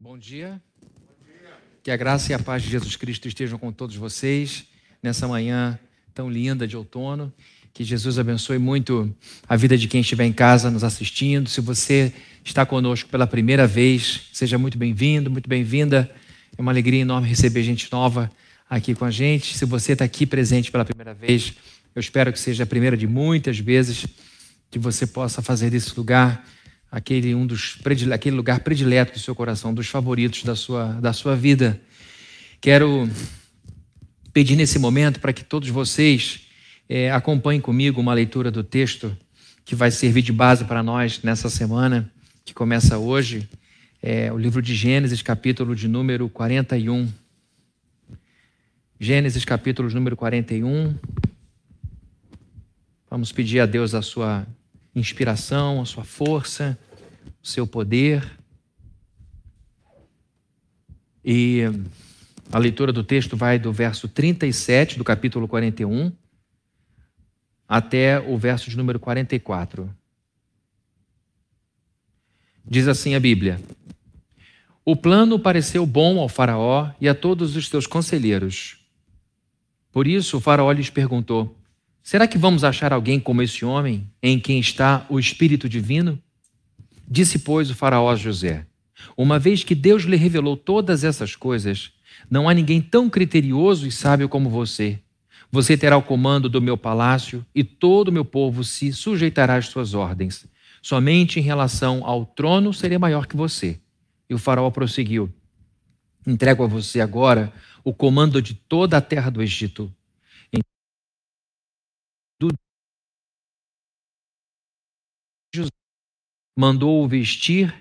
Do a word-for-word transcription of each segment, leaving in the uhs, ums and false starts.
Bom dia. Que a graça e a paz de Jesus Cristo estejam com todos vocês nessa manhã tão linda de outono. Que Jesus abençoe muito a vida de quem estiver em casa nos assistindo. Se você está conosco pela primeira vez, seja muito bem-vindo, muito bem-vinda. É uma alegria enorme receber gente nova aqui com a gente. Se você está aqui presente pela primeira vez, eu espero que seja a primeira de muitas vezes que você possa fazer desse lugar aquele, um dos, aquele lugar predileto do seu coração, dos favoritos da sua, da sua vida. Quero pedir nesse momento para que todos vocês é, acompanhem comigo uma leitura do texto que vai servir de base para nós nessa semana, que começa hoje, é, o livro de Gênesis, capítulo de número quarenta e um. Gênesis, capítulo de número quarenta e um. Vamos pedir a Deus a sua inspiração, a sua força, o seu poder. E a leitura do texto vai do verso trinta e sete do capítulo quarenta e um até o verso de número quarenta e quatro. Diz assim a Bíblia: O plano pareceu bom ao faraó e a todos os seus conselheiros. Por isso o faraó lhes perguntou: Será que vamos achar alguém como esse homem, em quem está o Espírito Divino? Disse, pois, o faraó a José: Uma vez que Deus lhe revelou todas essas coisas, não há ninguém tão criterioso e sábio como você. Você terá o comando do meu palácio e todo o meu povo se sujeitará às suas ordens. Somente em relação ao trono serei maior que você. E o faraó prosseguiu: Entrego a você agora o comando de toda a terra do Egito. Mandou-o vestir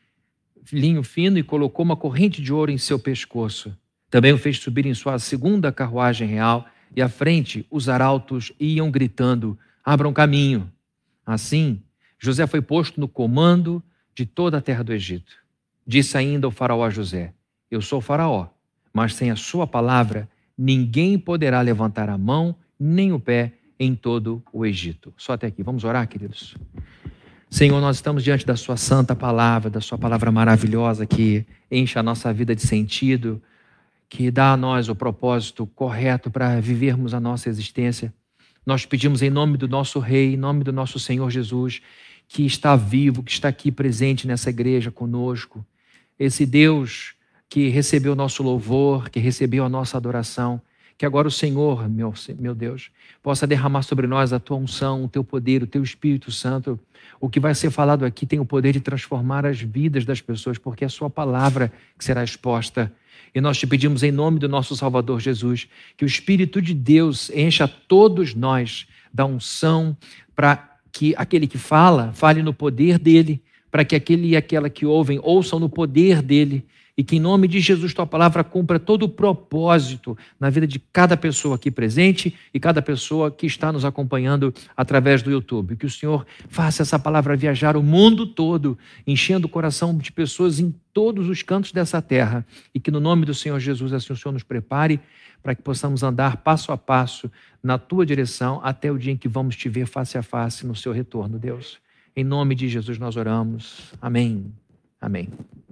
linho fino e colocou uma corrente de ouro em seu pescoço. Também o fez subir em sua segunda carruagem real, e à frente os arautos iam gritando: Abram caminho. Assim, José foi posto no comando de toda a terra do Egito. Disse ainda o faraó a José: Eu sou o faraó, mas sem a sua palavra ninguém poderá levantar a mão nem o pé em todo o Egito. Só até aqui. Vamos orar, queridos? Senhor, nós estamos diante da sua santa palavra, da sua palavra maravilhosa que enche a nossa vida de sentido, que dá a nós o propósito correto para vivermos a nossa existência. Nós pedimos em nome do nosso Rei, em nome do nosso Senhor Jesus, que está vivo, que está aqui presente nessa igreja conosco, esse Deus que recebeu o nosso louvor, que recebeu a nossa adoração, que agora o Senhor, meu, meu Deus, possa derramar sobre nós a tua unção, o teu poder, o teu Espírito Santo. O que vai ser falado aqui tem o poder de transformar as vidas das pessoas, porque é a sua palavra que será exposta. E nós te pedimos em nome do nosso Salvador Jesus, que o Espírito de Deus encha todos nós da unção, para que aquele que fala, fale no poder dele, para que aquele e aquela que ouvem, ouçam no poder dele, e que em nome de Jesus tua palavra cumpra todo o propósito na vida de cada pessoa aqui presente e cada pessoa que está nos acompanhando através do YouTube. Que o Senhor faça essa palavra viajar o mundo todo, enchendo o coração de pessoas em todos os cantos dessa terra, e que no nome do Senhor Jesus assim o Senhor nos prepare para que possamos andar passo a passo na tua direção até o dia em que vamos te ver face a face no seu retorno, Deus. Em nome de Jesus nós oramos. Amém. Amém.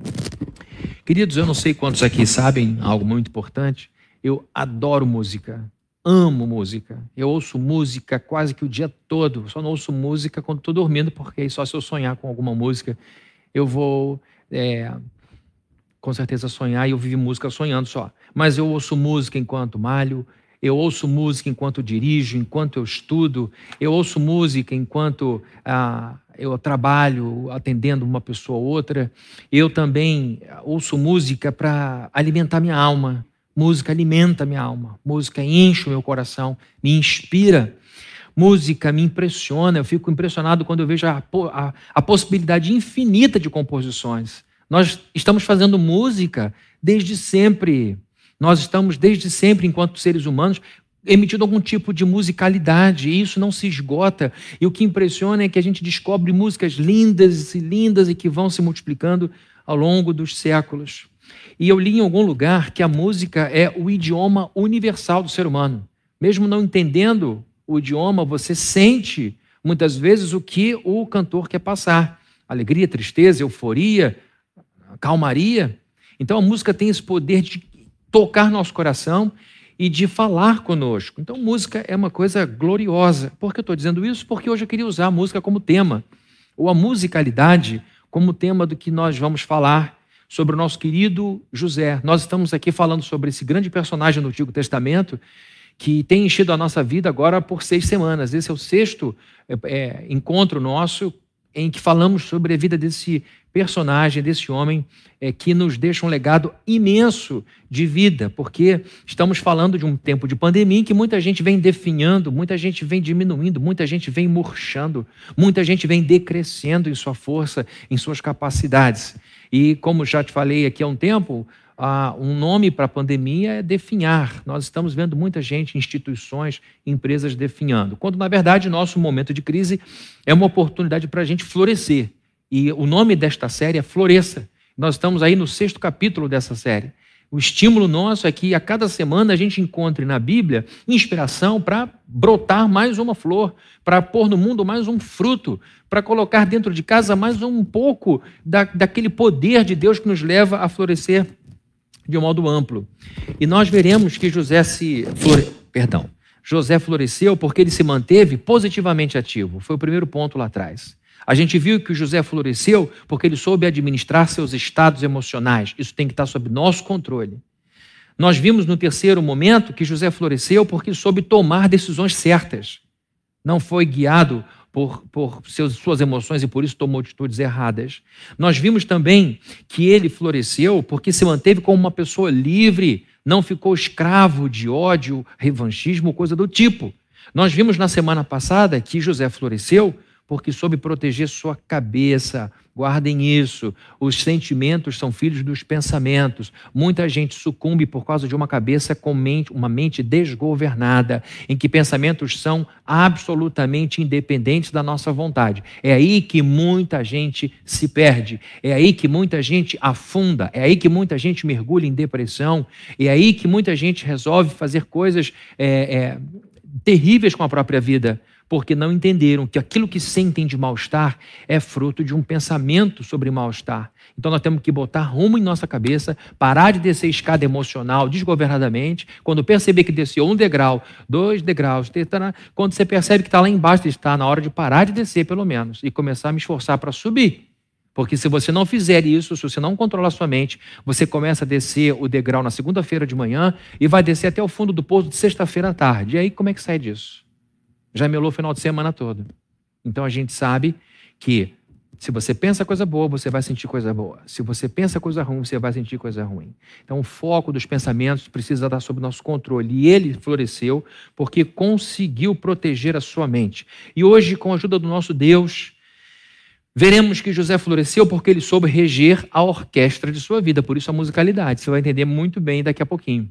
Queridos, eu não sei quantos aqui sabem algo muito importante. Eu adoro música, amo música. Eu ouço música quase que o dia todo. Só não ouço música quando estou dormindo, porque só se eu sonhar com alguma música, eu vou, é, com certeza, sonhar, e eu vivo música sonhando só. Mas eu ouço música enquanto malho, eu ouço música enquanto dirijo, enquanto eu estudo, eu ouço música enquanto ah, eu trabalho atendendo uma pessoa ou outra. Eu também ouço música para alimentar minha alma. Música alimenta minha alma, música enche o meu coração, me inspira. Música me impressiona, eu fico impressionado quando eu vejo a, a, a possibilidade infinita de composições. Nós estamos fazendo música desde sempre. Nós estamos desde sempre, enquanto seres humanos, emitindo algum tipo de musicalidade, e isso não se esgota. E o que impressiona é que a gente descobre músicas lindas e lindas e que vão se multiplicando ao longo dos séculos. E eu li em algum lugar que a música é o idioma universal do ser humano. Mesmo não entendendo o idioma, você sente muitas vezes o que o cantor quer passar. Alegria, tristeza, euforia, calmaria. Então a música tem esse poder de tocar nosso coração e de falar conosco. Então música é uma coisa gloriosa. Por que eu estou dizendo isso? Porque hoje eu queria usar a música como tema, ou a musicalidade como tema do que nós vamos falar sobre o nosso querido José. Nós estamos aqui falando sobre esse grande personagem do Antigo Testamento que tem enchido a nossa vida agora por seis semanas. Esse é o sexto é, encontro nosso em que falamos sobre a vida desse personagem, desse homem, é, que nos deixa um legado imenso de vida, porque estamos falando de um tempo de pandemia em que muita gente vem definhando, muita gente vem diminuindo, muita gente vem murchando, muita gente vem decrescendo em sua força, em suas capacidades. E como já te falei aqui há um tempo, ah, um nome para a pandemia é definhar. Nós estamos vendo muita gente, instituições, empresas definhando, quando na verdade nosso momento de crise é uma oportunidade para a gente florescer. E o nome desta série é Floresça. Nós estamos aí no sexto capítulo dessa série. O estímulo nosso é que a cada semana a gente encontre na Bíblia inspiração para brotar mais uma flor, para pôr no mundo mais um fruto, para colocar dentro de casa mais um pouco da, daquele poder de Deus que nos leva a florescer de um modo amplo. E nós veremos que José se flore... Perdão. José floresceu porque ele se manteve positivamente ativo. Foi o primeiro ponto lá atrás. A gente viu que o José floresceu porque ele soube administrar seus estados emocionais. Isso tem que estar sob nosso controle. Nós vimos no terceiro momento que José floresceu porque soube tomar decisões certas. Não foi guiado por, por seus, suas emoções e por isso tomou atitudes erradas. Nós vimos também que ele floresceu porque se manteve como uma pessoa livre, não ficou escravo de ódio, revanchismo, coisa do tipo. Nós vimos na semana passada que José floresceu porque soube proteger sua cabeça. Guardem isso. Os sentimentos são filhos dos pensamentos. Muita gente sucumbe por causa de uma cabeça com mente, uma mente desgovernada, em que pensamentos são absolutamente independentes da nossa vontade. É aí que muita gente se perde. É aí que muita gente afunda. É aí que muita gente mergulha em depressão. É aí que muita gente resolve fazer coisas é, é, terríveis com a própria vida, porque não entenderam que aquilo que sentem de mal-estar é fruto de um pensamento sobre mal-estar. Então nós temos que botar rumo em nossa cabeça, parar de descer escada emocional desgovernadamente. Quando perceber que desceu um degrau, dois degraus, quando você percebe que está lá embaixo, está na hora de parar de descer pelo menos e começar a me esforçar para subir. Porque se você não fizer isso, se você não controlar sua mente, você começa a descer o degrau na segunda-feira de manhã e vai descer até o fundo do poço de sexta-feira à tarde. E aí como é que sai disso? Já melou o final de semana todo. Então a gente sabe que se você pensa coisa boa, você vai sentir coisa boa. Se você pensa coisa ruim, você vai sentir coisa ruim. Então o foco dos pensamentos precisa estar sob nosso controle. E ele floresceu porque conseguiu proteger a sua mente. E hoje, com a ajuda do nosso Deus, veremos que José floresceu porque ele soube reger a orquestra de sua vida. Por isso a musicalidade. Você vai entender muito bem daqui a pouquinho.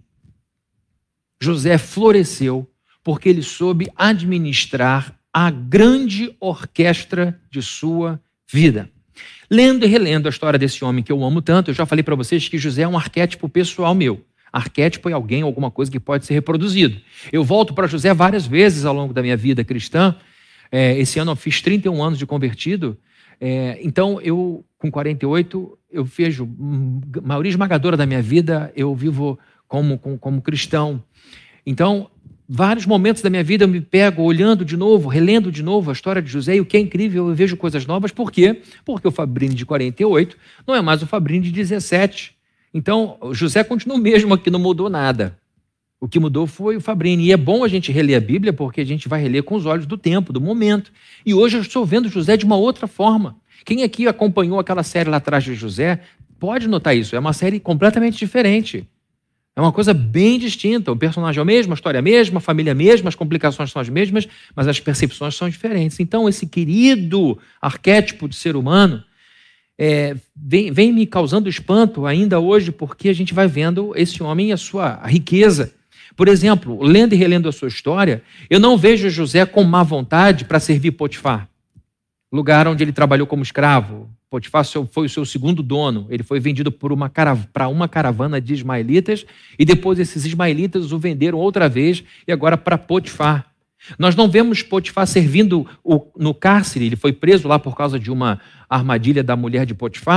José floresceu porque ele soube administrar a grande orquestra de sua vida. Lendo e relendo a história desse homem que eu amo tanto, eu já falei para vocês que José é um arquétipo pessoal meu. Arquétipo é alguém, alguma coisa que pode ser reproduzido. Eu volto para José várias vezes ao longo da minha vida cristã. É, esse ano eu fiz trinta e um anos de convertido. É, então, eu, com quarenta e oito, eu vejo a maioria esmagadora da minha vida, eu vivo como, como, como cristão. Então, vários momentos da minha vida eu me pego olhando de novo, relendo de novo a história de José, e o que é incrível, eu vejo coisas novas. Por quê? Porque o Fabrini de quarenta e oito não é mais o Fabrini de dezessete. Então, José continua o mesmo aqui, não mudou nada. O que mudou foi o Fabrini. E é bom a gente reler a Bíblia, porque a gente vai reler com os olhos do tempo, do momento. E hoje eu estou vendo José de uma outra forma. Quem aqui acompanhou aquela série lá atrás de José, pode notar isso. É uma série completamente diferente. É uma coisa bem distinta. O personagem é o mesmo, a história é a mesma, a família é a mesma, as complicações são as mesmas, mas as percepções são diferentes. Então, esse querido arquétipo de ser humano é, vem, vem me causando espanto ainda hoje, porque a gente vai vendo esse homem e a sua riqueza. Por exemplo, lendo e relendo a sua história, eu não vejo José com má vontade para servir Potifar, lugar onde ele trabalhou como escravo. Potifar foi o seu segundo dono. Ele foi vendido por uma para uma caravana de ismaelitas e depois esses ismaelitas o venderam outra vez e agora para Potifar. Nós não vemos Potifar servindo o, no cárcere. Ele foi preso lá por causa de uma armadilha da mulher de Potifar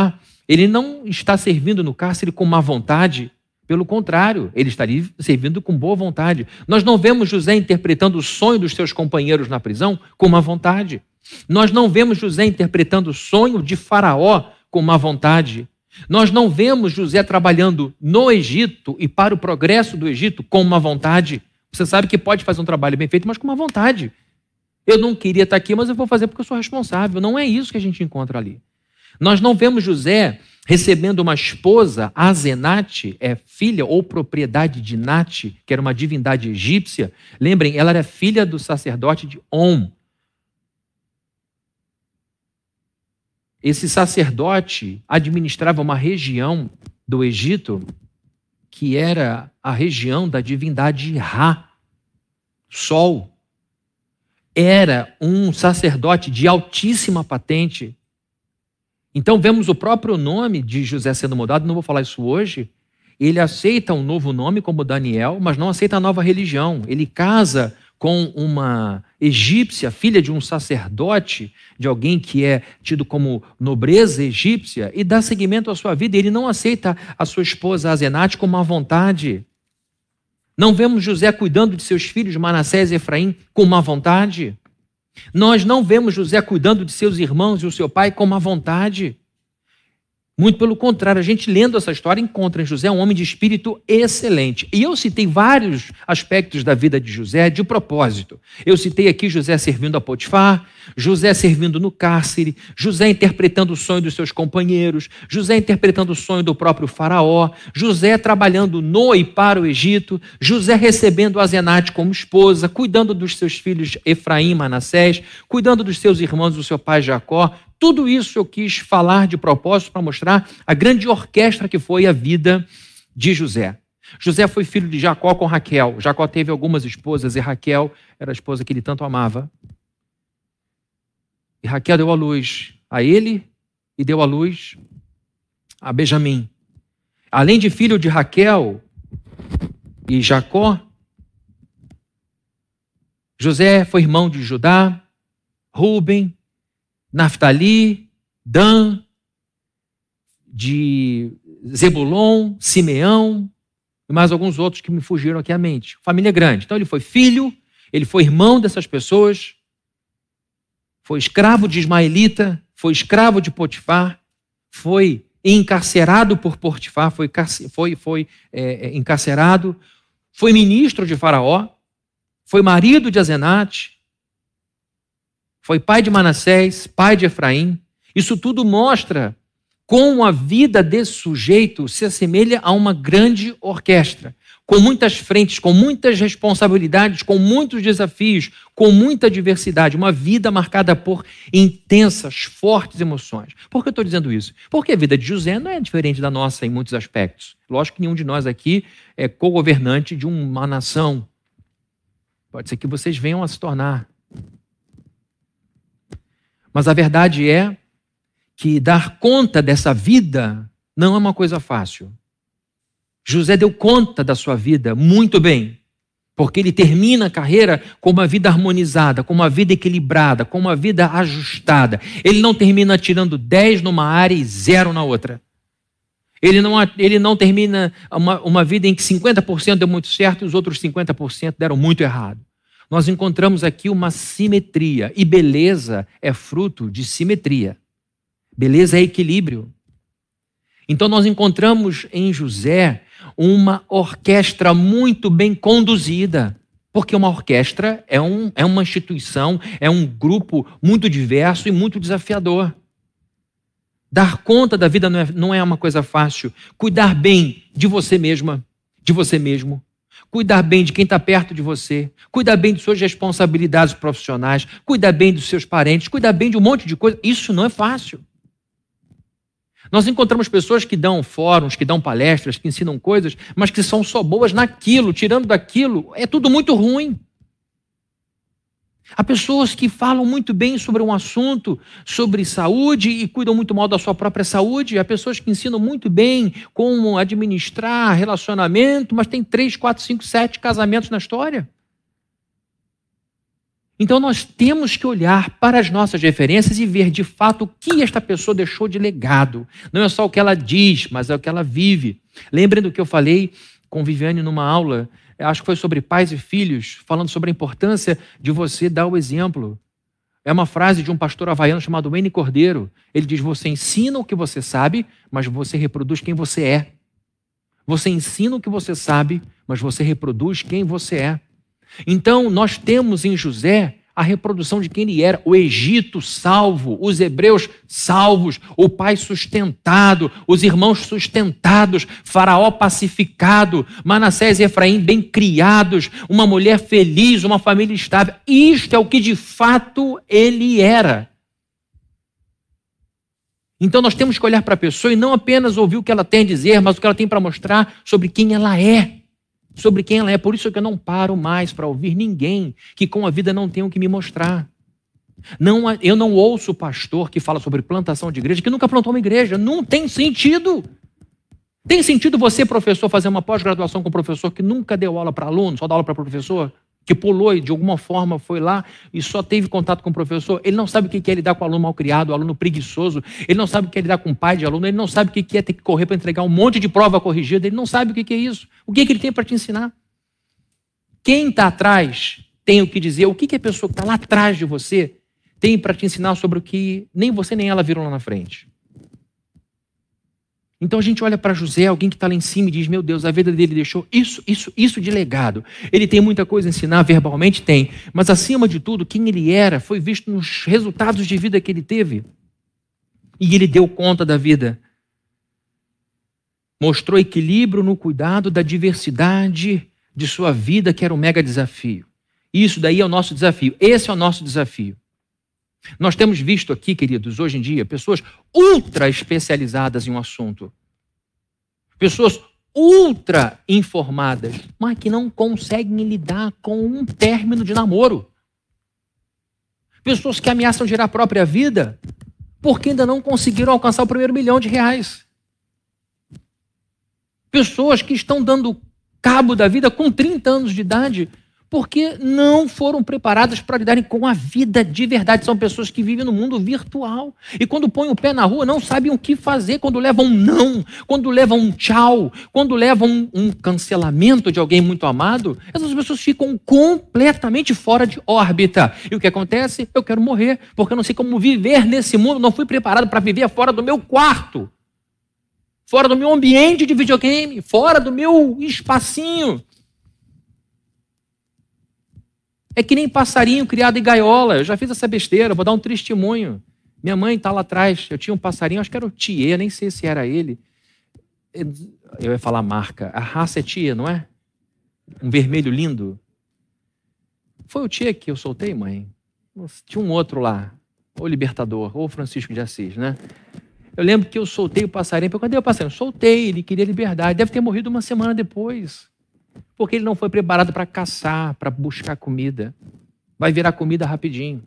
Ele não está servindo no cárcere com má vontade. Pelo contrário, ele estaria servindo com boa vontade. Nós não vemos José interpretando o sonho dos seus companheiros na prisão com má vontade. Nós não vemos José interpretando o sonho de Faraó com má vontade. Nós não vemos José trabalhando no Egito e para o progresso do Egito com má vontade. Você sabe que pode fazer um trabalho bem feito, mas com má vontade. Eu não queria estar aqui, mas eu vou fazer porque eu sou responsável. Não é isso que a gente encontra ali. Nós não vemos José recebendo uma esposa, Azenate, é filha ou propriedade de Nate, que era uma divindade egípcia. Lembrem, ela era filha do sacerdote de On. Esse sacerdote administrava uma região do Egito que era a região da divindade Ra, Sol. Era um sacerdote de altíssima patente. Então vemos o próprio nome de José sendo mudado, não vou falar isso hoje. Ele aceita um novo nome como Daniel, mas não aceita a nova religião. Ele casa com uma egípcia, filha de um sacerdote, de alguém que é tido como nobreza egípcia, e dá seguimento à sua vida. Ele não aceita a sua esposa Azenate com má vontade. Não vemos José cuidando de seus filhos Manassés e Efraim com má vontade. Nós não vemos José cuidando de seus irmãos e o seu pai com má vontade. Muito pelo contrário, a gente lendo essa história encontra em José um homem de espírito excelente. E eu citei vários aspectos da vida de José de propósito. Eu citei aqui José servindo a Potifar, José servindo no cárcere, José interpretando o sonho dos seus companheiros, José interpretando o sonho do próprio faraó, José trabalhando no e para o Egito, José recebendo Azenate como esposa, cuidando dos seus filhos Efraim e Manassés, cuidando dos seus irmãos do seu pai Jacó. Tudo isso eu quis falar de propósito para mostrar a grande orquestra que foi a vida de José. José foi filho de Jacó com Raquel. Jacó teve algumas esposas e Raquel era a esposa que ele tanto amava. E Raquel deu à luz a ele e deu à luz a Benjamim. Além de filho de Raquel e Jacó, José foi irmão de Judá, Rúben, Naftali, Dan, de Zebulon, Simeão e mais alguns outros que me fugiram aqui à mente. Família grande. Então ele foi filho, ele foi irmão dessas pessoas, foi escravo de Ismaelita, foi escravo de Potifar, foi encarcerado por Potifar, foi, foi, foi é, encarcerado, foi ministro de Faraó, foi marido de Azenate, foi pai de Manassés, pai de Efraim. Isso tudo mostra como a vida desse sujeito se assemelha a uma grande orquestra, com muitas frentes, com muitas responsabilidades, com muitos desafios, com muita diversidade, uma vida marcada por intensas, fortes emoções. Por que eu estou dizendo isso? Porque a vida de José não é diferente da nossa em muitos aspectos. Lógico que nenhum de nós aqui é co-governante de uma nação. Pode ser que vocês venham a se tornar. Mas a verdade é que dar conta dessa vida não é uma coisa fácil. José deu conta da sua vida muito bem, porque ele termina a carreira com uma vida harmonizada, com uma vida equilibrada, com uma vida ajustada. Ele não termina tirando dez numa área e zero na outra. Ele não, ele não termina uma, uma vida em que cinquenta por cento deu muito certo e os outros cinquenta por cento deram muito errado. Nós encontramos aqui uma simetria, e beleza é fruto de simetria. Beleza é equilíbrio. Então nós encontramos em José uma orquestra muito bem conduzida, porque uma orquestra é, um, é uma instituição, é um grupo muito diverso e muito desafiador. Dar conta da vida não é, não é uma coisa fácil. Cuidar bem de você mesma, de você mesmo. Cuidar bem de quem está perto de você, cuidar bem de suas responsabilidades profissionais, cuidar bem dos seus parentes, cuidar bem de um monte de coisa. Isso não é fácil. Nós encontramos pessoas que dão fóruns, que dão palestras, que ensinam coisas, mas que são só boas naquilo, tirando daquilo, é tudo muito ruim. Há pessoas que falam muito bem sobre um assunto, sobre saúde, e cuidam muito mal da sua própria saúde. Há pessoas que ensinam muito bem como administrar relacionamento, mas tem três, quatro, cinco, sete casamentos na história. Então nós temos que olhar para as nossas referências e ver de fato o que esta pessoa deixou de legado. Não é só o que ela diz, mas é o que ela vive. Lembrem do que eu falei com Viviane numa aula, acho que foi sobre pais e filhos, falando sobre a importância de você dar o exemplo. É uma frase de um pastor havaiano chamado Wayne Cordeiro. Ele diz, você ensina o que você sabe, mas você reproduz quem você é. Você ensina o que você sabe, mas você reproduz quem você é. Então, nós temos em José a reprodução de quem ele era, o Egito salvo, os hebreus salvos, o pai sustentado, os irmãos sustentados, Faraó pacificado, Manassés e Efraim bem criados, uma mulher feliz, uma família estável. Isto é o que de fato ele era. Então nós temos que olhar para a pessoa e não apenas ouvir o que ela tem a dizer, mas o que ela tem para mostrar sobre quem ela é. Sobre quem ela é. Por isso que eu não paro mais para ouvir ninguém que com a vida não tem o que me mostrar. Não, eu não ouço pastor que fala sobre plantação de igreja, que nunca plantou uma igreja. Não tem sentido. Tem sentido você, professor, fazer uma pós-graduação com um professor que nunca deu aula para aluno, só dá aula para professor? Que pulou e de alguma forma foi lá e só teve contato com o professor? Ele não sabe o que é lidar com o aluno mal criado, o aluno preguiçoso. Ele não sabe o que é lidar com o pai de aluno. Ele não sabe o que é ter que correr para entregar um monte de prova corrigida. Ele não sabe o que é isso. O que, é que ele tem para te ensinar? Quem está atrás tem o que dizer. O que, que a pessoa que está lá atrás de você tem para te ensinar sobre o que nem você nem ela viram lá na frente? Então a gente olha para José, alguém que está lá em cima e diz, meu Deus, a vida dele deixou isso, isso, isso de legado. Ele tem muita coisa a ensinar, verbalmente tem, mas acima de tudo, quem ele era foi visto nos resultados de vida que ele teve. E ele deu conta da vida. Mostrou equilíbrio no cuidado da diversidade de sua vida, que era um mega desafio. Isso daí é o nosso desafio, esse é o nosso desafio. Nós temos visto aqui, queridos, hoje em dia, pessoas ultra especializadas em um assunto. Pessoas ultra informadas, mas que não conseguem lidar com um término de namoro. Pessoas que ameaçam gerar a própria vida porque ainda não conseguiram alcançar o primeiro milhão de reais. Pessoas que estão dando cabo da vida com trinta anos de idade porque não foram preparadas para lidarem com a vida de verdade. São pessoas que vivem no mundo virtual. E quando põem o pé na rua, não sabem o que fazer. Quando levam um não, quando levam um tchau, quando levam um, um cancelamento de alguém muito amado, essas pessoas ficam completamente fora de órbita. E o que acontece? Eu quero morrer, porque eu não sei como viver nesse mundo. Não fui preparado para viver fora do meu quarto, fora do meu ambiente de videogame, fora do meu espacinho. É que nem passarinho criado em gaiola. Eu já fiz essa besteira, vou dar um testemunho. Minha mãe está lá atrás, eu tinha um passarinho, acho que era o Thier, nem sei se era ele. Eu ia falar marca. A raça é Thier, não é? Um vermelho lindo. Foi o Thier que eu soltei, mãe? Tinha um outro lá, ou Libertador, ou Francisco de Assis, né? Eu lembro que eu soltei o passarinho. Cadê o passarinho? Soltei, ele queria liberdade. Deve ter morrido uma semana depois. Porque ele não foi preparado para caçar, para buscar comida. Vai virar comida rapidinho.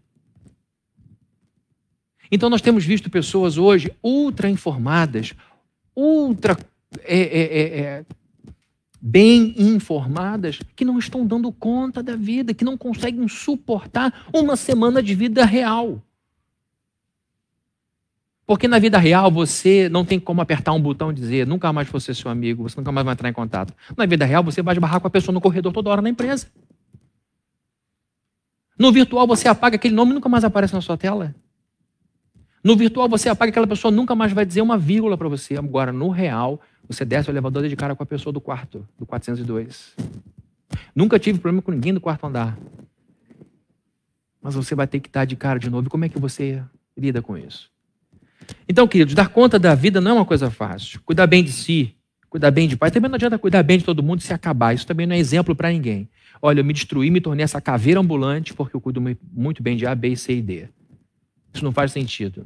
Então nós temos visto pessoas hoje ultra informadas, ultra é, é, é, bem informadas, que não estão dando conta da vida, que não conseguem suportar uma semana de vida real. Porque na vida real você não tem como apertar um botão e dizer nunca mais vou ser seu amigo, você nunca mais vai entrar em contato. Na vida real você vai esbarrar com a pessoa no corredor toda hora na empresa. No virtual você apaga aquele nome e nunca mais aparece na sua tela. No virtual você apaga aquela pessoa, nunca mais vai dizer uma vírgula para você. Agora no real você desce o elevador de cara com a pessoa do quarto, do quatrocentos e dois. Nunca tive problema com ninguém do quarto andar. Mas você vai ter que estar de cara de novo. E como é que você lida com isso? Então, queridos, dar conta da vida não é uma coisa fácil. Cuidar bem de si, cuidar bem de pai. Também não adianta cuidar bem de todo mundo e se acabar. Isso também não é exemplo para ninguém. Olha, eu me destruí, me tornei essa caveira ambulante porque eu cuido muito bem de A, B, C e D. Isso não faz sentido.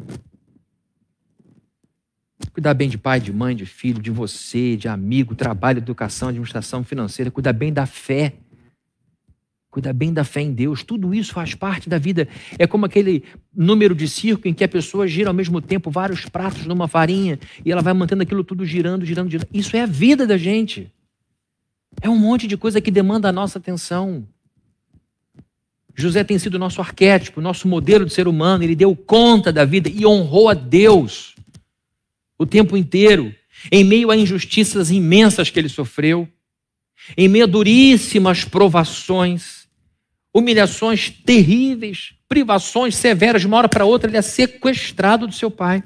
Cuidar bem de pai, de mãe, de filho, de você, de amigo, trabalho, educação, administração financeira. Cuidar bem da fé. Cuidar bem da fé em Deus, tudo isso faz parte da vida. É como aquele número de circo em que a pessoa gira ao mesmo tempo vários pratos numa farinha e ela vai mantendo aquilo tudo girando, girando, girando. Isso é a vida da gente. É um monte de coisa que demanda a nossa atenção. José tem sido nosso arquétipo, nosso modelo de ser humano. Ele deu conta da vida e honrou a Deus o tempo inteiro, em meio a injustiças imensas que ele sofreu, em meio a duríssimas provações, humilhações terríveis, privações severas. De uma hora para outra ele é sequestrado do seu pai.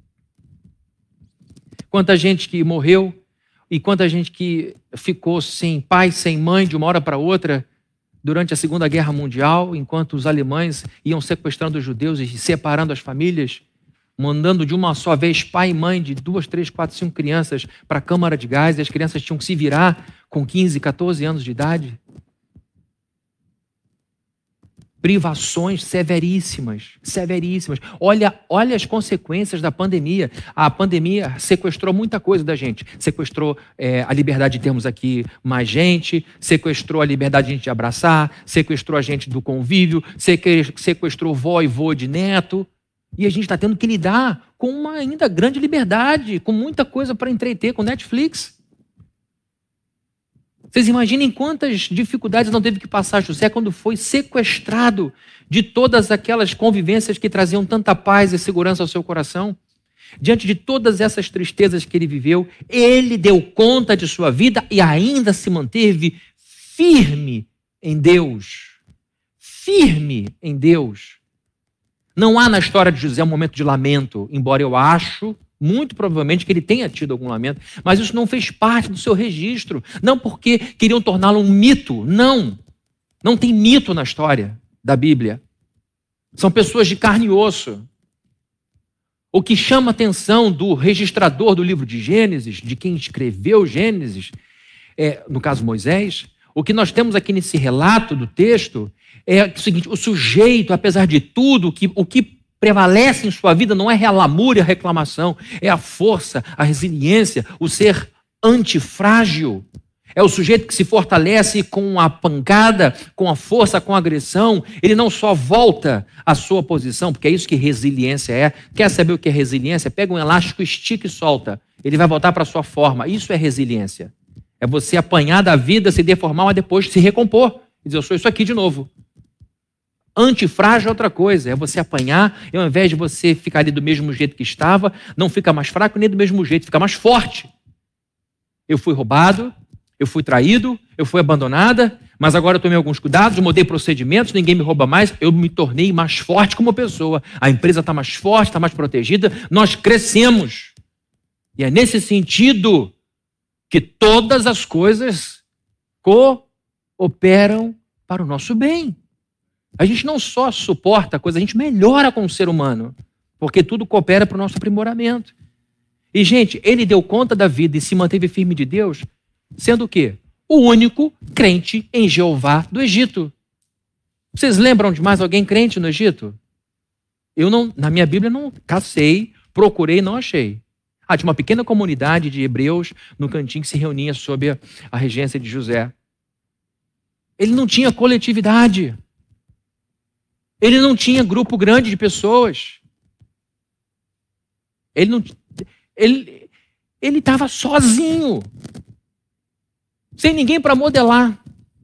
Quanta gente que morreu e quanta gente que ficou sem pai, sem mãe, de uma hora para outra, durante a Segunda Guerra Mundial, enquanto os alemães iam sequestrando os judeus e separando as famílias, mandando de uma só vez pai e mãe de duas, três, quatro, cinco crianças para a câmara de gás, e as crianças tinham que se virar com quinze, catorze anos de idade. Privações severíssimas, severíssimas. Olha, olha as consequências da pandemia. A pandemia sequestrou muita coisa da gente. Sequestrou é, a liberdade de termos aqui mais gente, sequestrou a liberdade de a gente abraçar, sequestrou a gente do convívio, sequestrou vó e vô de neto. E a gente está tendo que lidar com uma ainda grande liberdade, com muita coisa para entreter, com Netflix. Vocês imaginem quantas dificuldades não teve que passar José quando foi sequestrado de todas aquelas convivências que traziam tanta paz e segurança ao seu coração. Diante de todas essas tristezas que ele viveu, ele deu conta de sua vida e ainda se manteve firme em Deus. Firme em Deus. Não há na história de José um momento de lamento, embora eu acho, muito provavelmente, que ele tenha tido algum lamento, mas isso não fez parte do seu registro. Não porque queriam torná-lo um mito, não. Não tem mito na história da Bíblia. São pessoas de carne e osso. O que chama a atenção do registrador do livro de Gênesis, de quem escreveu Gênesis, é, no caso Moisés, o que nós temos aqui nesse relato do texto é o seguinte: o sujeito, apesar de tudo, que, o que prevalece em sua vida não é a lamúria, a reclamação, é a força, a resiliência, o ser antifrágil. É o sujeito que se fortalece com a pancada, com a força, com a agressão. Ele não só volta à sua posição, porque é isso que resiliência é. Quer saber o que é resiliência? Pega um elástico, estica e solta. Ele vai voltar para a sua forma. Isso é resiliência. É você apanhar da vida, se deformar, mas depois se recompor. E dizer, eu sou isso aqui de novo. Antifrágil é outra coisa. É você apanhar e ao invés de você ficar ali do mesmo jeito que estava, não fica mais fraco nem do mesmo jeito, fica mais forte. Eu fui roubado, eu fui traído, eu fui abandonada, mas agora eu tomei alguns cuidados, mudei procedimentos, ninguém me rouba mais, eu me tornei mais forte como pessoa. A empresa está mais forte, está mais protegida, nós crescemos. E é nesse sentido que todas as coisas cooperam para o nosso bem. A gente não só suporta a coisa, a gente melhora como ser humano, porque tudo coopera para o nosso aprimoramento. E, gente, ele deu conta da vida e se manteve firme de Deus, sendo o quê? O único crente em Jeová do Egito. Vocês lembram de mais alguém crente no Egito? Eu não, na minha Bíblia não cacei, procurei, não achei. Ah, tinha uma pequena comunidade de hebreus no cantinho que se reunia sob a, a regência de José. Ele não tinha coletividade. Ele não tinha grupo grande de pessoas. Ele não, ele, ele estava sozinho, sem ninguém para modelar.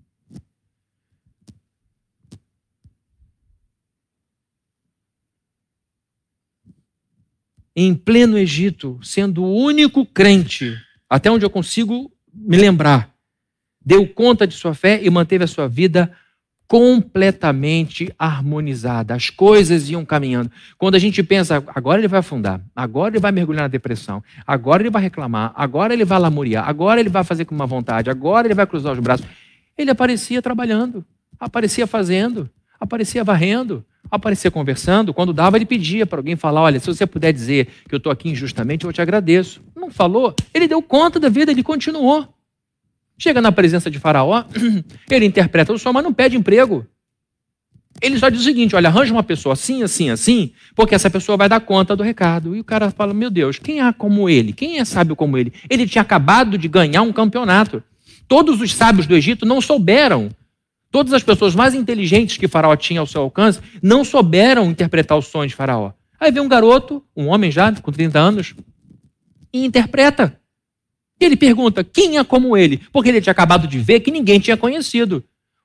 Em pleno Egito, sendo o único crente, até onde eu consigo me lembrar, deu conta de sua fé e manteve a sua vida completamente harmonizada. As coisas iam caminhando. Quando a gente pensa, agora ele vai afundar, agora ele vai mergulhar na depressão, agora ele vai reclamar, agora ele vai lamuriar, agora ele vai fazer com uma vontade, agora ele vai cruzar os braços. Ele aparecia trabalhando, aparecia fazendo, aparecia varrendo, aparecia conversando. Quando dava, ele pedia para alguém falar, olha, se você puder dizer que eu estou aqui injustamente, eu te agradeço. Não falou, ele deu conta da vida, ele continuou. Chega na presença de Faraó, ele interpreta o sonho, mas não pede emprego. Ele só diz o seguinte, olha, arranja uma pessoa assim, assim, assim, porque essa pessoa vai dar conta do recado. E o cara fala, meu Deus, quem há como ele? Quem é sábio como ele? Ele tinha acabado de ganhar um campeonato. Todos os sábios do Egito não souberam. Todas as pessoas mais inteligentes que Faraó tinha ao seu alcance não souberam interpretar os sonhos de Faraó. Aí vem um garoto, um homem já com trinta anos, e interpreta. E ele pergunta, quem é como ele? Porque ele tinha acabado de ver que ninguém tinha conhecido.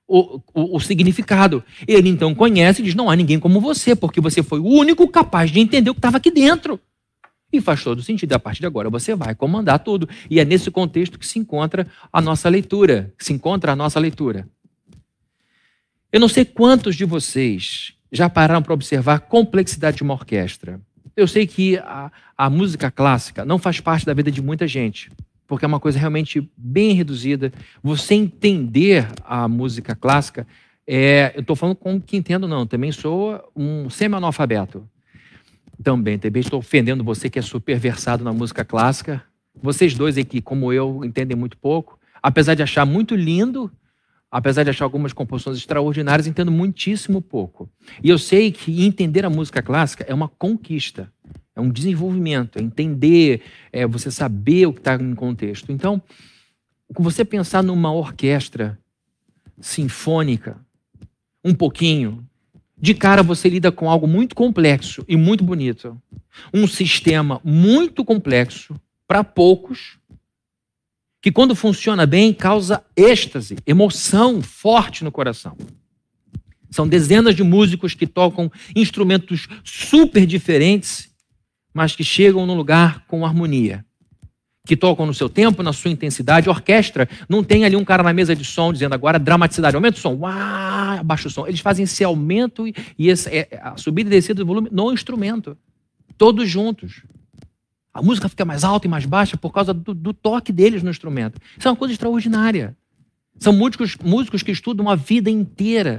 o, o, o significado. Ele então conhece e diz, não há ninguém como você, porque você foi o único capaz de entender o que estava aqui dentro. E faz todo sentido. A partir de agora você vai comandar tudo. E é nesse contexto que se encontra a nossa leitura. Que se encontra a nossa leitura. Eu não sei quantos de vocês já pararam para observar a complexidade de uma orquestra. Eu sei que a, a música clássica não faz parte da vida de muita gente, porque é uma coisa realmente bem reduzida. Você entender a música clássica, é, eu estou falando com que entendo não, também sou um semi-analfabeto. Também, também estou ofendendo você que é super versado na música clássica. Vocês dois aqui, como eu, entendem muito pouco. Apesar de achar muito lindo, apesar de achar algumas composições extraordinárias, entendo muitíssimo pouco. E eu sei que entender a música clássica é uma conquista, é um desenvolvimento, é entender, é você saber o que está em contexto. Então, você pensar numa orquestra sinfônica, um pouquinho, de cara você lida com algo muito complexo e muito bonito. Um sistema muito complexo para poucos, que quando funciona bem causa êxtase, emoção forte no coração. São dezenas de músicos que tocam instrumentos super diferentes, mas que chegam num lugar com harmonia. Que tocam no seu tempo, na sua intensidade. A orquestra não tem ali um cara na mesa de som dizendo agora dramaticidade, aumenta o som, uau, abaixa o som. Eles fazem esse aumento e esse, a subida e descida do volume no instrumento, todos juntos. A música fica mais alta e mais baixa por causa do, do toque deles no instrumento. Isso é uma coisa extraordinária. São músicos, músicos que estudam a vida inteira.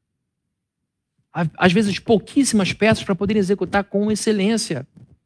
Às vezes pouquíssimas peças para poderem executar com excelência.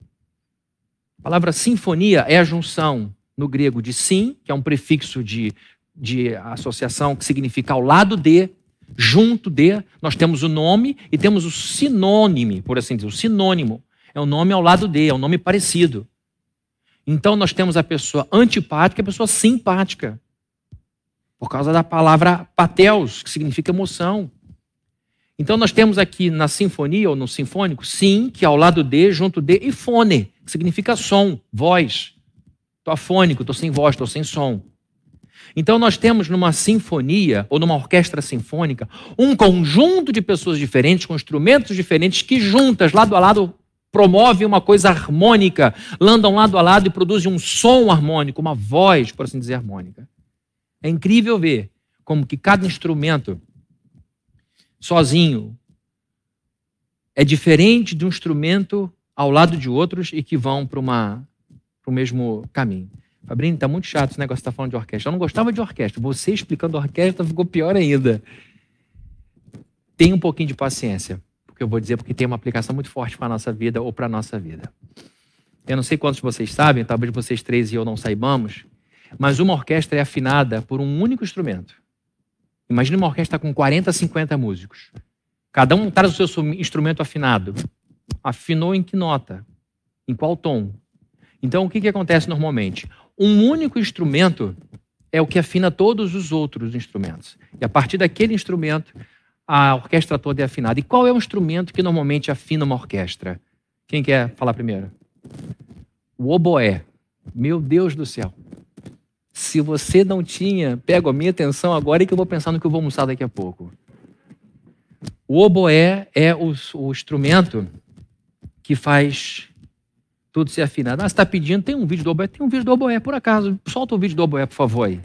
A palavra sinfonia é a junção no grego de sim, que é um prefixo de, de associação que significa ao lado de, junto de. Nós temos o nome e temos o sinônimo, por assim dizer, o sinônimo. É um nome ao lado de, é um nome parecido. Então nós temos a pessoa antipática e a pessoa simpática. Por causa da palavra patheos, que significa emoção. Então nós temos aqui na sinfonia ou no sinfônico, sim, que é ao lado de, junto de, e fone, que significa som, voz. Estou afônico, estou sem voz, estou sem som. Então nós temos numa sinfonia ou numa orquestra sinfônica um conjunto de pessoas diferentes, com instrumentos diferentes, que juntas, lado a lado, promovem uma coisa harmônica, andam lado a lado e produzem um som harmônico, uma voz, por assim dizer, harmônica. É incrível ver como que cada instrumento sozinho é diferente de um instrumento ao lado de outros e que vão para uma para o mesmo caminho. Fabrini, está muito chato esse negócio que você está falando de orquestra. Eu não gostava de orquestra. Você explicando orquestra ficou pior ainda. Tenha um pouquinho de paciência, porque eu vou dizer porque tem uma aplicação muito forte para a nossa vida ou para a nossa vida. Eu não sei quantos de vocês sabem, talvez vocês três e eu não saibamos, mas uma orquestra é afinada por um único instrumento. Imagina uma orquestra com quarenta, cinquenta músicos. Cada um traz o seu instrumento afinado. Afinou em que nota? Em qual tom? Então, o que, que acontece normalmente? Um único instrumento é o que afina todos os outros instrumentos. E a partir daquele instrumento, a orquestra toda é afinada. E qual é o instrumento que normalmente afina uma orquestra? Quem quer falar primeiro? O oboé. Meu Deus do céu. Se você não tinha, pega a minha atenção agora e que eu vou pensar no que eu vou almoçar daqui a pouco. O oboé é o, o instrumento que faz tudo ser afinado. Ah, você está pedindo, tem um vídeo do oboé? Tem um vídeo do oboé, por acaso. Solta o vídeo do oboé, por favor, aí.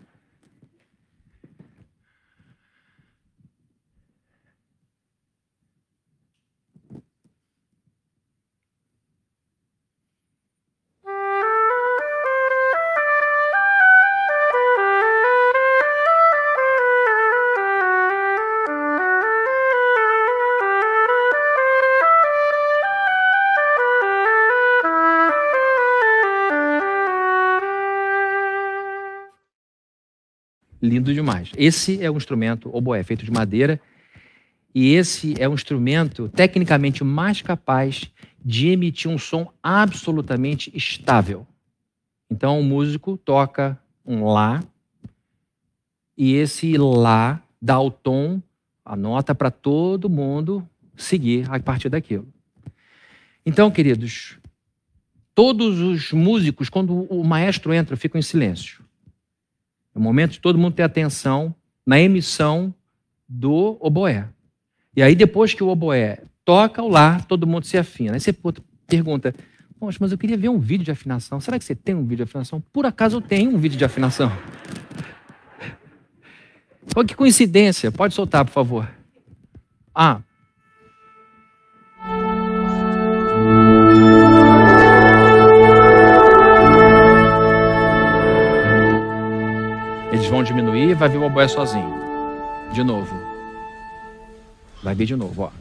Lindo demais. Esse é um instrumento oboé, feito de madeira, e esse é um instrumento tecnicamente mais capaz de emitir um som absolutamente estável. Então, o músico toca um lá, e esse lá dá o tom, a nota para todo mundo seguir a partir daquilo. Então, queridos, todos os músicos, quando o maestro entra, ficam em silêncio. É o momento de todo mundo ter atenção na emissão do oboé. E aí, depois que o oboé toca o lá, todo mundo se afina. Aí você pergunta, poxa, mas eu queria ver um vídeo de afinação. Será que você tem um vídeo de afinação? Por acaso eu tenho um vídeo de afinação. Olha que coincidência. Pode soltar, por favor. Ah. Eles vão diminuir e vai vir o oboé sozinho. De novo. Vai vir de novo, ó.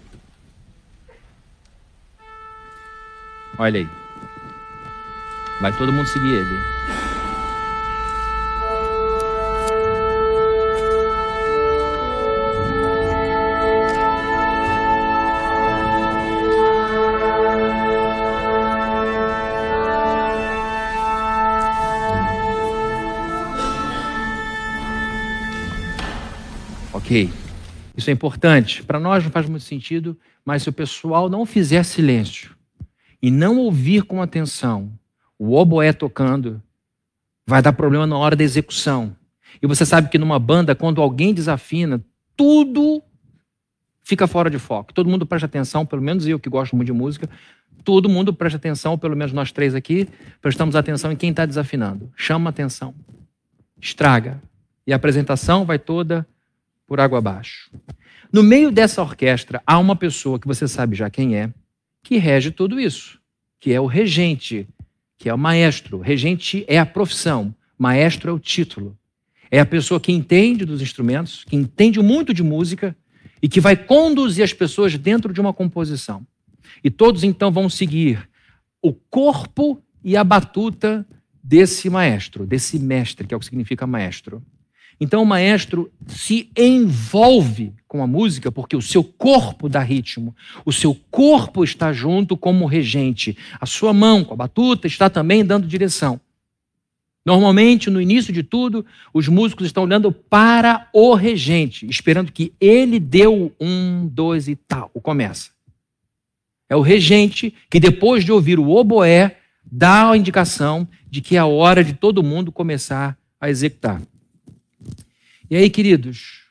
Olha aí. Vai todo mundo seguir ele. Ok. Isso é importante. Para nós não faz muito sentido, mas se o pessoal não fizer silêncio e não ouvir com atenção o oboé tocando, vai dar problema na hora da execução. E você sabe que numa banda, quando alguém desafina, tudo fica fora de foco. Todo mundo presta atenção, pelo menos eu que gosto muito de música, todo mundo presta atenção, pelo menos nós três aqui, prestamos atenção em quem está desafinando. Chama atenção. Estraga. E a apresentação vai toda por água abaixo. No meio dessa orquestra, há uma pessoa que você sabe já quem é, que rege tudo isso, que é o regente, que é o maestro. Regente é a profissão, maestro é o título. É a pessoa que entende dos instrumentos, que entende muito de música e que vai conduzir as pessoas dentro de uma composição. E todos então vão seguir o corpo e a batuta desse maestro, desse mestre, que é o que significa maestro. Então o maestro se envolve com a música porque o seu corpo dá ritmo, o seu corpo está junto como regente, a sua mão com a batuta está também dando direção. Normalmente, no início de tudo, os músicos estão olhando para o regente, esperando que ele dê o um, dois e tal, o começa. É o regente que, depois de ouvir o oboé, dá a indicação de que é a hora de todo mundo começar a executar. E aí, queridos,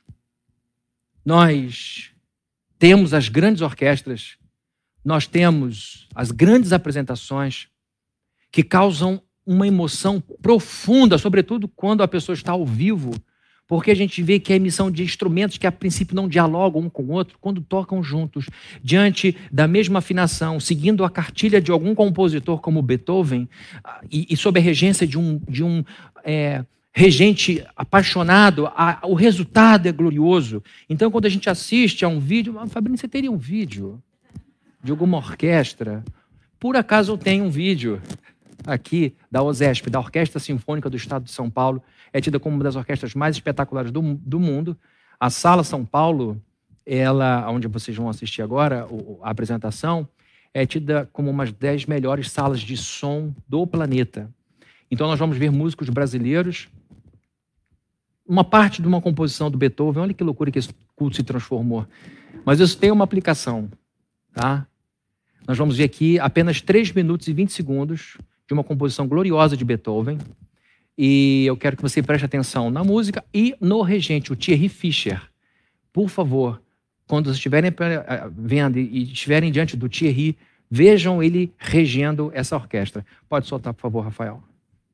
nós temos as grandes orquestras, nós temos as grandes apresentações que causam uma emoção profunda, sobretudo quando a pessoa está ao vivo, porque a gente vê que a emissão de instrumentos que a princípio não dialogam um com o outro, quando tocam juntos, diante da mesma afinação, seguindo a cartilha de algum compositor como Beethoven, e, e sob a regência de um, de um é, regente apaixonado, a, o resultado é glorioso. Então, quando a gente assiste a um vídeo, ah, Fabrício, você teria um vídeo de alguma orquestra? Por acaso eu tenho um vídeo aqui da OSESP, da Orquestra Sinfônica do Estado de São Paulo, é tida como uma das orquestras mais espetaculares do, do mundo. A Sala São Paulo, ela, onde vocês vão assistir agora, a apresentação, é tida como uma das dez melhores salas de som do planeta. Então nós vamos ver músicos brasileiros, uma parte de uma composição do Beethoven, olha que loucura que esse culto se transformou. Mas isso tem uma aplicação, tá? Nós vamos ver aqui apenas três minutos e vinte segundos de uma composição gloriosa de Beethoven. E eu quero que você preste atenção na música e no regente, o Thierry Fischer. Por favor, quando vocês estiverem vendo e estiverem diante do Thierry, vejam ele regendo essa orquestra. Pode soltar, por favor, Rafael.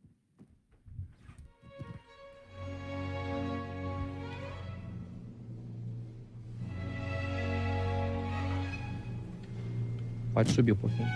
Pode subir um pouquinho.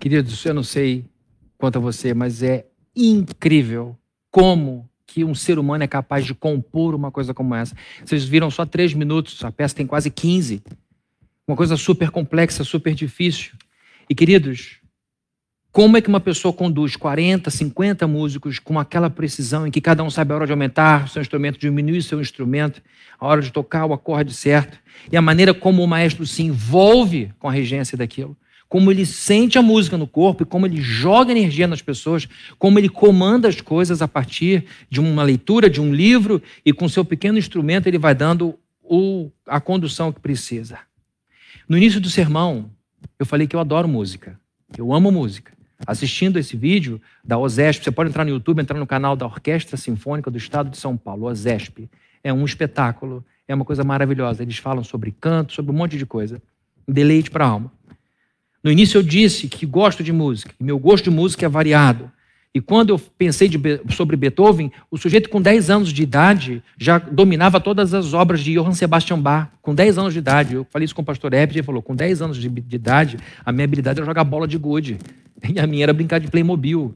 Queridos, eu não sei quanto a você, mas é incrível como que um ser humano é capaz de compor uma coisa como essa. Vocês viram só três minutos, a peça tem quase quinze. Uma coisa super complexa, super difícil. E, queridos, como é que uma pessoa conduz quarenta, cinquenta músicos com aquela precisão em que cada um sabe a hora de aumentar seu instrumento, diminuir seu instrumento, a hora de tocar o acorde certo, e a maneira como o maestro se envolve com a regência daquilo, como ele sente a música no corpo e como ele joga energia nas pessoas, como ele comanda as coisas a partir de uma leitura de um livro e com seu pequeno instrumento ele vai dando o, a condução que precisa. No início do sermão, eu falei que eu adoro música, que eu amo música. Assistindo esse vídeo da OSESP, você pode entrar no YouTube, entrar no canal da Orquestra Sinfônica do Estado de São Paulo, OSESP. É um espetáculo, é uma coisa maravilhosa. Eles falam sobre canto, sobre um monte de coisa. Um deleite para a alma. No início eu disse que gosto de música, que meu gosto de música é variado. E quando eu pensei de, sobre Beethoven, o sujeito com dez anos de idade já dominava todas as obras de Johann Sebastian Bach. Com dez anos de idade, eu falei isso com o pastor Ebert, ele falou, com dez anos de, de idade, a minha habilidade era jogar bola de gude. E a minha era brincar de Playmobil.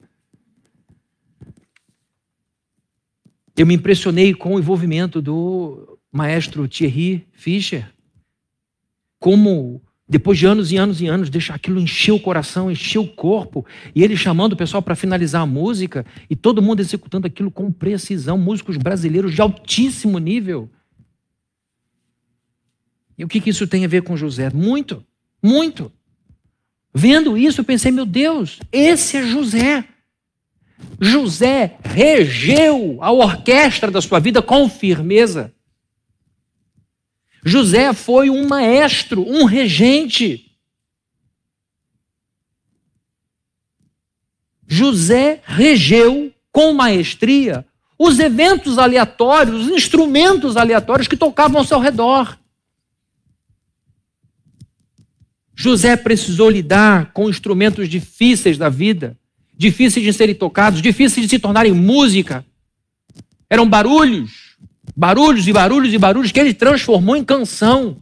Eu me impressionei com o envolvimento do maestro Thierry Fischer. Como, depois de anos e anos e anos, deixa aquilo encher o coração, encher o corpo, e ele chamando o pessoal para finalizar a música, e todo mundo executando aquilo com precisão, músicos brasileiros de altíssimo nível. E o que, que isso tem a ver com José? Muito, muito. Vendo isso, eu pensei, meu Deus, esse é José. José regeu a orquestra da sua vida com firmeza. José foi um maestro, um regente. José regeu com maestria os eventos aleatórios, os instrumentos aleatórios que tocavam ao seu redor. José precisou lidar com instrumentos difíceis da vida, difíceis de serem tocados, difíceis de se tornarem música. Eram barulhos, barulhos e barulhos e barulhos que ele transformou em canção.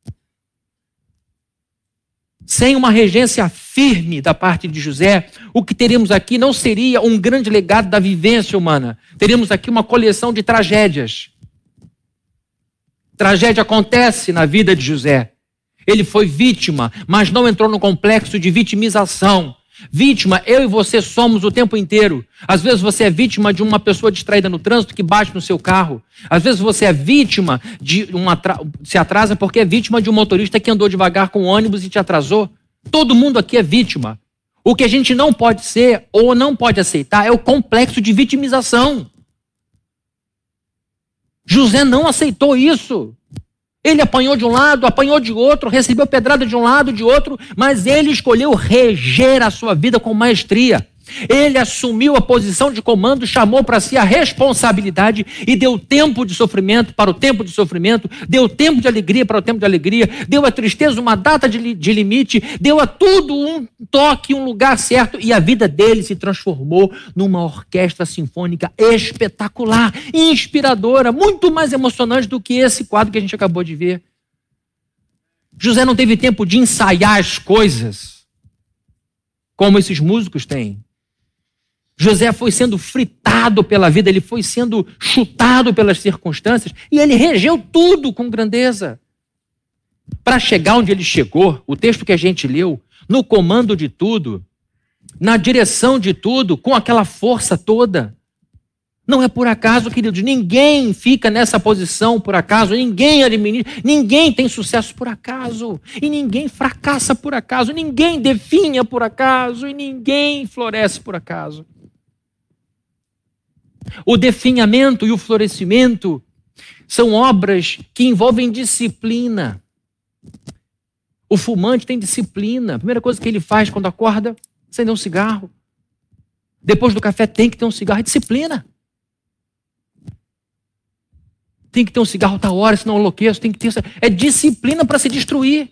Sem uma regência firme da parte de José, o que teremos aqui não seria um grande legado da vivência humana. Teríamos aqui uma coleção de tragédias. Tragédia acontece na vida de José. Ele foi vítima, mas não entrou no complexo de vitimização. Vítima, eu e você somos o tempo inteiro. Às vezes você é vítima de uma pessoa distraída no trânsito que bate no seu carro. Às vezes você é vítima de uma atra... se atrasa porque é vítima de um motorista que andou devagar com o ônibus e te atrasou. Todo mundo aqui é vítima. O que a gente não pode ser ou não pode aceitar é o complexo de vitimização. José não aceitou isso. Ele apanhou de um lado, apanhou de outro, recebeu pedrada de um lado, de outro, mas ele escolheu reger a sua vida com maestria. Ele assumiu a posição de comando, chamou para si a responsabilidade e deu tempo de sofrimento para o tempo de sofrimento, deu tempo de alegria para o tempo de alegria, deu à tristeza uma data de, de limite, deu a tudo um toque, um lugar certo, e a vida dele se transformou numa orquestra sinfônica espetacular, inspiradora, muito mais emocionante do que esse quadro que a gente acabou de ver. José não teve tempo de ensaiar as coisas como esses músicos têm. José foi sendo fritado pela vida, ele foi sendo chutado pelas circunstâncias e ele regeu tudo com grandeza. Para chegar onde ele chegou, o texto que a gente leu, no comando de tudo, na direção de tudo, com aquela força toda. Não é por acaso, queridos, ninguém fica nessa posição por acaso, ninguém administra, ninguém tem sucesso por acaso, e ninguém fracassa por acaso, ninguém definha por acaso, e ninguém floresce por acaso. O definhamento e o florescimento são obras que envolvem disciplina. O fumante tem disciplina. A primeira coisa que ele faz quando acorda, acender um cigarro. Depois do café tem que ter um cigarro, é disciplina. Tem que ter um cigarro a tal hora, senão eu enlouqueço. Tem que ter... É disciplina para se destruir.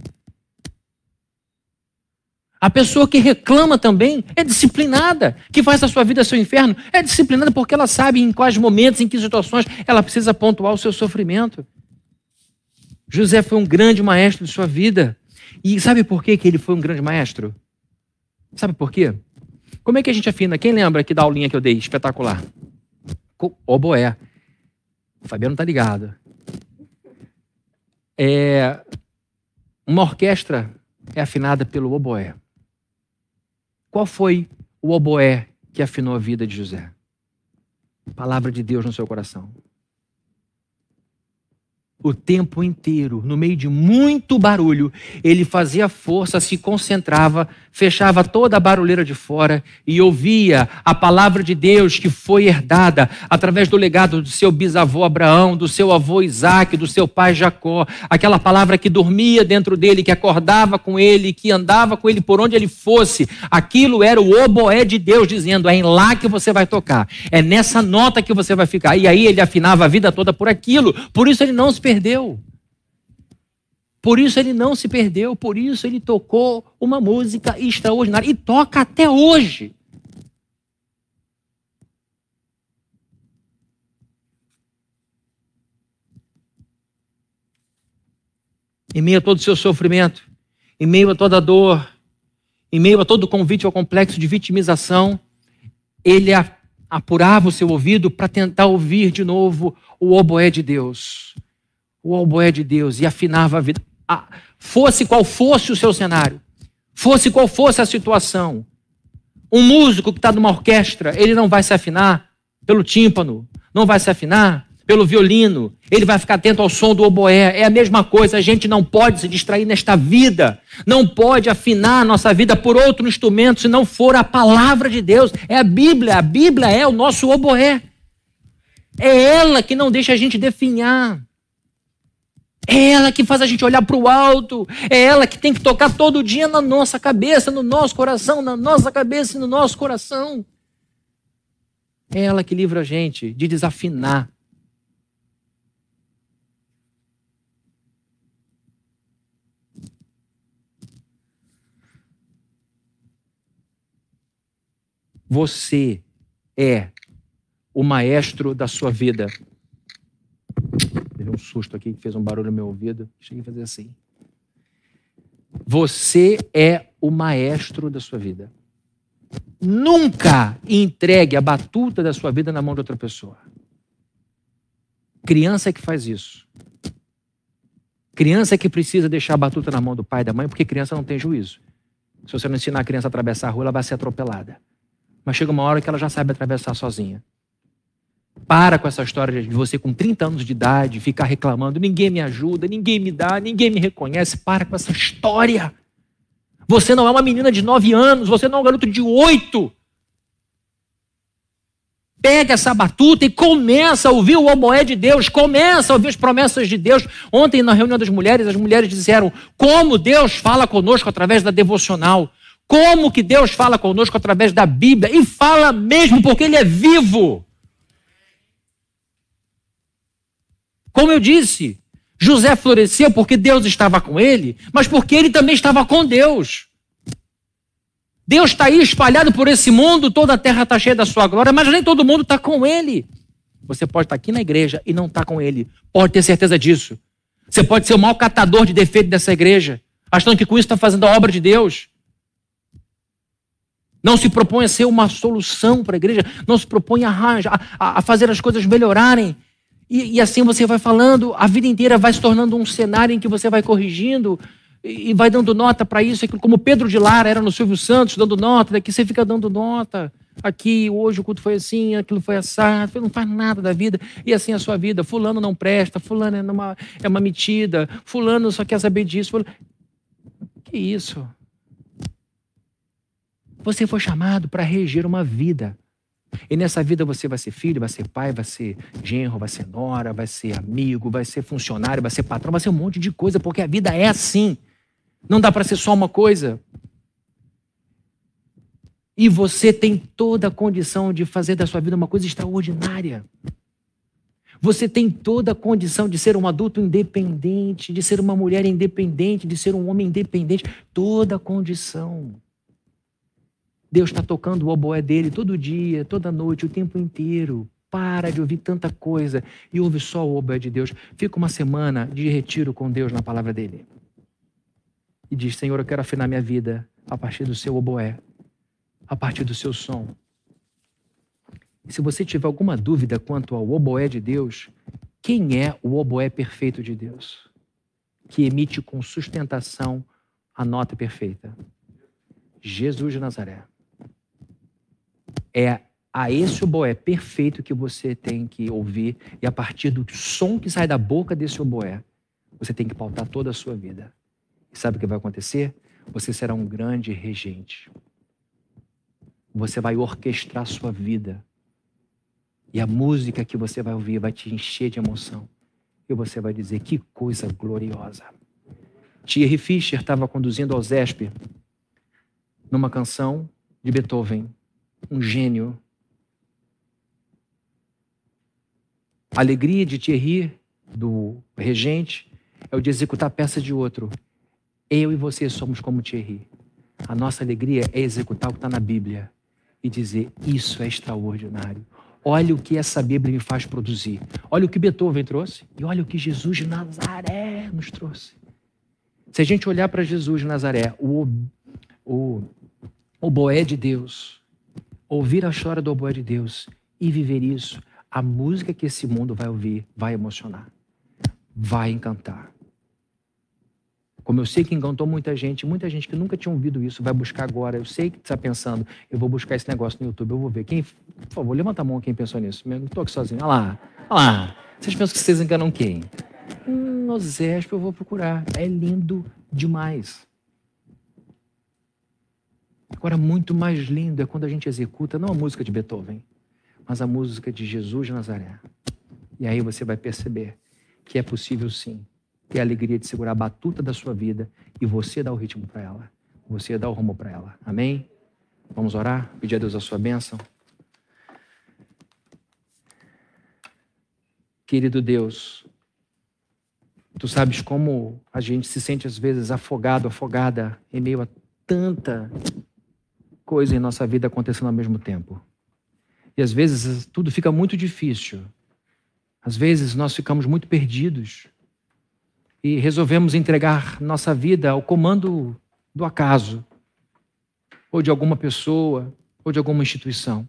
A pessoa que reclama também é disciplinada, que faz a sua vida seu inferno, é disciplinada porque ela sabe em quais momentos, em que situações ela precisa pontuar o seu sofrimento. José foi um grande maestro de sua vida. E sabe por que que ele foi um grande maestro? Sabe por quê? Como é que a gente afina? Quem lembra aqui da aulinha que eu dei? Espetacular. Oboé. O Fabiano tá ligado. É... Uma orquestra é afinada pelo oboé. Qual foi o oboé que afinou a vida de José? Palavra de Deus no seu coração. O tempo inteiro, no meio de muito barulho, ele fazia força, se concentrava, fechava toda a barulheira de fora e ouvia a palavra de Deus que foi herdada através do legado do seu bisavô Abraão, do seu avô Isaac, do seu pai Jacó. Aquela palavra que dormia dentro dele, que acordava com ele, que andava com ele por onde ele fosse. Aquilo era o oboé de Deus dizendo, é em lá que você vai tocar, é nessa nota que você vai ficar. E aí ele afinava a vida toda por aquilo, por isso ele não se perdeu. Por isso ele não se perdeu, por isso ele tocou uma música extraordinária e toca até hoje. Em meio a todo o seu sofrimento, em meio a toda a dor, em meio a todo o convite ao complexo de vitimização, ele apurava o seu ouvido para tentar ouvir de novo o oboé de Deus. O oboé de Deus, e afinava a vida. Ah, fosse qual fosse o seu cenário, fosse qual fosse a situação, um músico que está numa orquestra, ele não vai se afinar pelo tímpano, não vai se afinar pelo violino, ele vai ficar atento ao som do oboé. É a mesma coisa, a gente não pode se distrair nesta vida, não pode afinar a nossa vida por outro instrumento, se não for a palavra de Deus. É a Bíblia, a Bíblia é o nosso oboé. É ela que não deixa a gente definhar. É ela que faz a gente olhar para o alto. É ela que tem que tocar todo dia na nossa cabeça, no nosso coração, na nossa cabeça e no nosso coração. É ela que livra a gente de desafinar. Você é o maestro da sua vida. Teve um susto aqui que fez um barulho no meu ouvido. Cheguei a fazer assim. Você é o maestro da sua vida. Nunca entregue a batuta da sua vida na mão de outra pessoa. Criança é que faz isso. Criança é que precisa deixar a batuta na mão do pai e da mãe, porque criança não tem juízo. Se você não ensinar a criança a atravessar a rua, ela vai ser atropelada. Mas chega uma hora que ela já sabe atravessar sozinha. Para com essa história de você com trinta anos de idade ficar reclamando, ninguém me ajuda, ninguém me dá, ninguém me reconhece. Para com essa história. Você não é uma menina de nove anos, você não é um garoto de oito. Pega essa batuta e começa a ouvir o oboé de Deus, começa a ouvir as promessas de Deus. Ontem na reunião das mulheres, as mulheres disseram como Deus fala conosco através da devocional. Como que Deus fala conosco através da Bíblia. E fala mesmo, porque Ele é vivo. Como eu disse, José floresceu porque Deus estava com ele, mas porque ele também estava com Deus. Deus está aí espalhado por esse mundo, toda a terra está cheia da sua glória, mas nem todo mundo está com ele. Você pode estar aqui na igreja e não estar com ele. Pode ter certeza disso. Você pode ser o maior catador de defeito dessa igreja, achando que com isso está fazendo a obra de Deus. Não se propõe a ser uma solução para a igreja, não se propõe a, a, a fazer as coisas melhorarem. E, e assim você vai falando, a vida inteira vai se tornando um cenário em que você vai corrigindo e, e vai dando nota para isso, aquilo, como Pedro de Lara era no Silvio Santos, dando nota, daqui você fica dando nota. Aqui, hoje o culto foi assim, aquilo foi assado, você não faz nada da vida. E assim a sua vida, fulano não presta, fulano é uma, é uma metida, fulano só quer saber disso. Fulano... Que isso? Você foi chamado para reger uma vida. E nessa vida você vai ser filho, vai ser pai, vai ser genro, vai ser nora, vai ser amigo, vai ser funcionário, vai ser patrão, vai ser um monte de coisa, porque a vida é assim. Não dá para ser só uma coisa. E você tem toda a condição de fazer da sua vida uma coisa extraordinária. Você tem toda a condição de ser um adulto independente, de ser uma mulher independente, de ser um homem independente. Toda a condição. Deus está tocando o oboé dele todo dia, toda noite, o tempo inteiro. Para de ouvir tanta coisa e ouve só o oboé de Deus. Fica uma semana de retiro com Deus na palavra dele. E diz, Senhor, eu quero afinar minha vida a partir do seu oboé. a partir do seu som. E se você tiver alguma dúvida quanto ao oboé de Deus, quem é o oboé perfeito de Deus? Que emite com sustentação a nota perfeita. Jesus de Nazaré. É a esse oboé perfeito que você tem que ouvir, e a partir do som que sai da boca desse oboé, você tem que pautar toda a sua vida. E sabe o que vai acontecer? Você será um grande regente. Você vai orquestrar a sua vida. E a música que você vai ouvir vai te encher de emoção. E você vai dizer, que coisa gloriosa. Thierry Fischer estava conduzindo ao Zesp numa canção de Beethoven, um gênio. A alegria de Thierry, do regente, é o de executar a peça de outro. Eu e você somos como Thierry. A nossa alegria é executar o que está na Bíblia e dizer, isso é extraordinário. Olha o que essa Bíblia me faz produzir. Olha o que Beethoven trouxe e olha o que Jesus de Nazaré nos trouxe. Se a gente olhar para Jesus de Nazaré, o, o, o oboé de Deus, ouvir a história do oboé de Deus e viver isso, a música que esse mundo vai ouvir vai emocionar, vai encantar. Como eu sei que encantou muita gente, muita gente que nunca tinha ouvido isso vai buscar agora. Eu sei que está pensando, eu vou buscar esse negócio no YouTube, eu vou ver. Quem, por favor, levanta a mão quem pensou nisso. Eu não estou aqui sozinho. Olha lá, olha lá. Vocês pensam que vocês enganam quem? Hum, no Zesp eu vou procurar. É lindo demais. Agora, muito mais lindo é quando a gente executa, não a música de Beethoven, mas a música de Jesus de Nazaré. E aí você vai perceber que é possível sim ter a alegria de segurar a batuta da sua vida e você dar o ritmo para ela. Você dar o rumo para ela. Amém? Vamos orar? Pedir a Deus a sua bênção. Querido Deus, tu sabes como a gente se sente às vezes afogado, afogada em meio a tanta coisa em nossa vida acontecendo ao mesmo tempo. E às vezes tudo fica muito difícil. Às vezes nós ficamos muito perdidos e resolvemos entregar nossa vida ao comando do acaso, ou de alguma pessoa, ou de alguma instituição.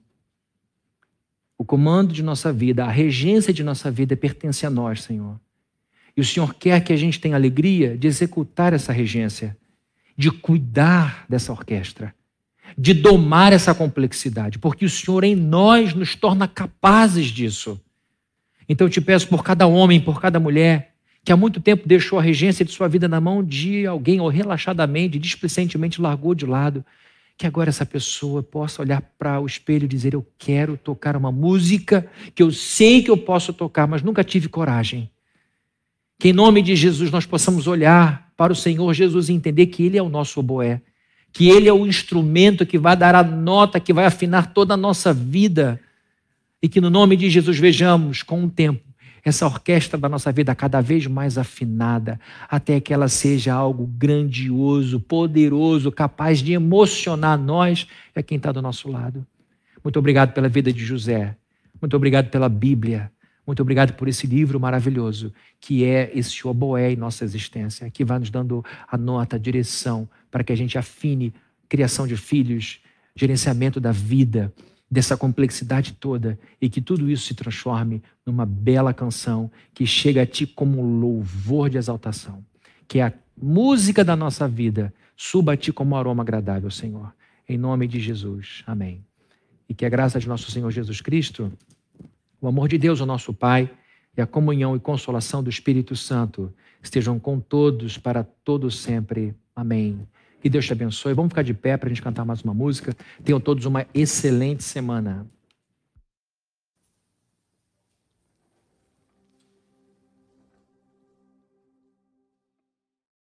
O comando de nossa vida, a regência de nossa vida pertence a nós, Senhor. E o Senhor quer que a gente tenha alegria de executar essa regência, de cuidar dessa orquestra, de domar essa complexidade, porque o Senhor em nós nos torna capazes disso. Então eu te peço por cada homem, por cada mulher, que há muito tempo deixou a regência de sua vida na mão de alguém, ou relaxadamente, displicentemente largou de lado, que agora essa pessoa possa olhar para o espelho e dizer, eu quero tocar uma música que eu sei que eu posso tocar, mas nunca tive coragem. Que em nome de Jesus nós possamos olhar para o Senhor Jesus e entender que Ele é o nosso oboé, que Ele é o instrumento que vai dar a nota, que vai afinar toda a nossa vida, e que no nome de Jesus vejamos com o tempo essa orquestra da nossa vida cada vez mais afinada, até que ela seja algo grandioso, poderoso, capaz de emocionar nós e a quem está do nosso lado. Muito obrigado pela vida de José. Muito obrigado pela Bíblia. Muito obrigado por esse livro maravilhoso, que é esse oboé em nossa existência, que vai nos dando a nota, a direção, para que a gente afine criação de filhos, gerenciamento da vida, dessa complexidade toda, e que tudo isso se transforme numa bela canção que chega a ti como um louvor de exaltação. Que a música da nossa vida suba a ti como um aroma agradável, Senhor. Em nome de Jesus. Amém. E que a graça de nosso Senhor Jesus Cristo, o amor de Deus, o nosso Pai, e a comunhão e consolação do Espírito Santo estejam com todos para todos sempre. Amém. Que Deus te abençoe. Vamos ficar de pé para a gente cantar mais uma música. Tenham todos uma excelente semana.